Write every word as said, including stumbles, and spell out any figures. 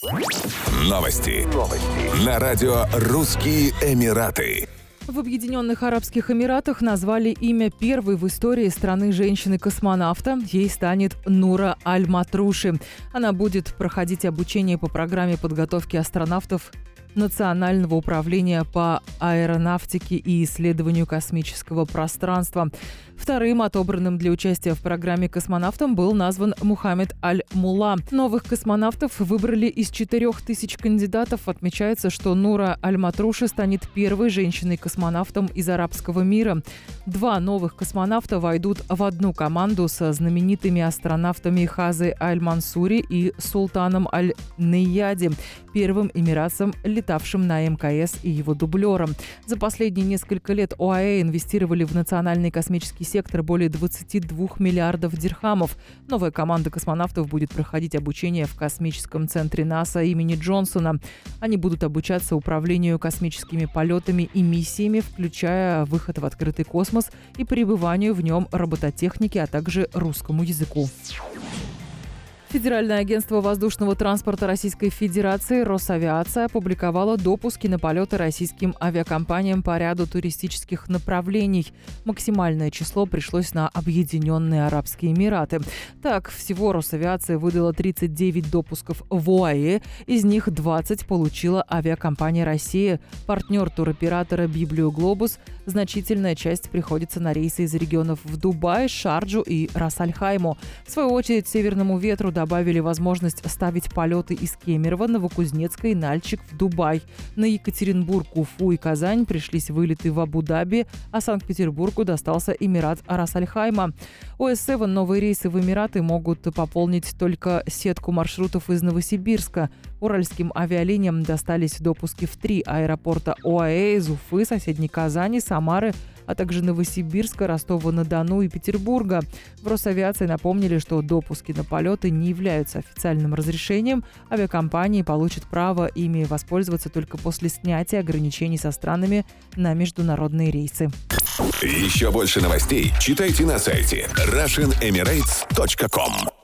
Новости. Новости. На радио «Русские Эмираты». В Объединенных Арабских Эмиратах назвали имя первой в истории страны женщины-космонавта. Ей станет Нура Аль-Матруши. Она будет проходить обучение по программе подготовки астронавтов Национального управления по аэронавтике и исследованию космического пространства. Вторым отобранным для участия в программе космонавтом был назван Мухаммед Аль-Мулла. Новых космонавтов выбрали из четырех тысяч кандидатов. Отмечается, что Нура Аль-Матруши станет первой женщиной-космонавтом из арабского мира. Два новых космонавта войдут в одну команду со знаменитыми астронавтами Хази Аль-Мансури и Султаном Аль-Нейяди, первым эмиратцем, летавшим на МКС, и его дублером. За последние несколько лет ОАЭ инвестировали в национальный космический сектор более двадцати двух миллиардов дирхамов. Новая команда космонавтов будет проходить обучение в космическом центре НАСА имени Джонсона. Они будут обучаться управлению космическими полетами и миссиями, включая выход в открытый космос и пребыванию в нем робототехники, а также русскому языку. Федеральное агентство воздушного транспорта Российской Федерации «Росавиация» опубликовало допуски на полеты российским авиакомпаниям по ряду туристических направлений. Максимальное число пришлось на Объединенные Арабские Эмираты. Так, всего Росавиация выдала тридцать девять допусков в ОАЭ, из них двадцать получила авиакомпания «Россия», партнер туроператора «Библию Глобус». Значительная часть приходится на рейсы из регионов в Дубай, Шарджу и Рас-Аль-Хайму. В свою очередь, «Северному ветру» добавили возможность ставить полеты из Кемерово, Новокузнецка и Нальчик в Дубай. На Екатеринбург, Уфу и Казань пришлись вылеты в Абу-Даби, а Санкт-Петербургу достался Эмират Рас-Аль-Хайма. о эс семь новые рейсы в Эмираты могут пополнить только сетку маршрутов из Новосибирска. Уральским авиалиниям достались допуски в три аэропорта ОАЭ из Уфы, соседней Казани, Самары, а также Новосибирска, Ростова-на-Дону и Петербурга. В Росавиации напомнили, что допуски на полеты не являются официальным разрешением. Авиакомпании получат право ими воспользоваться только после снятия ограничений со странами на международные рейсы. Еще больше новостей читайте на сайте Russian Emirates точка ком.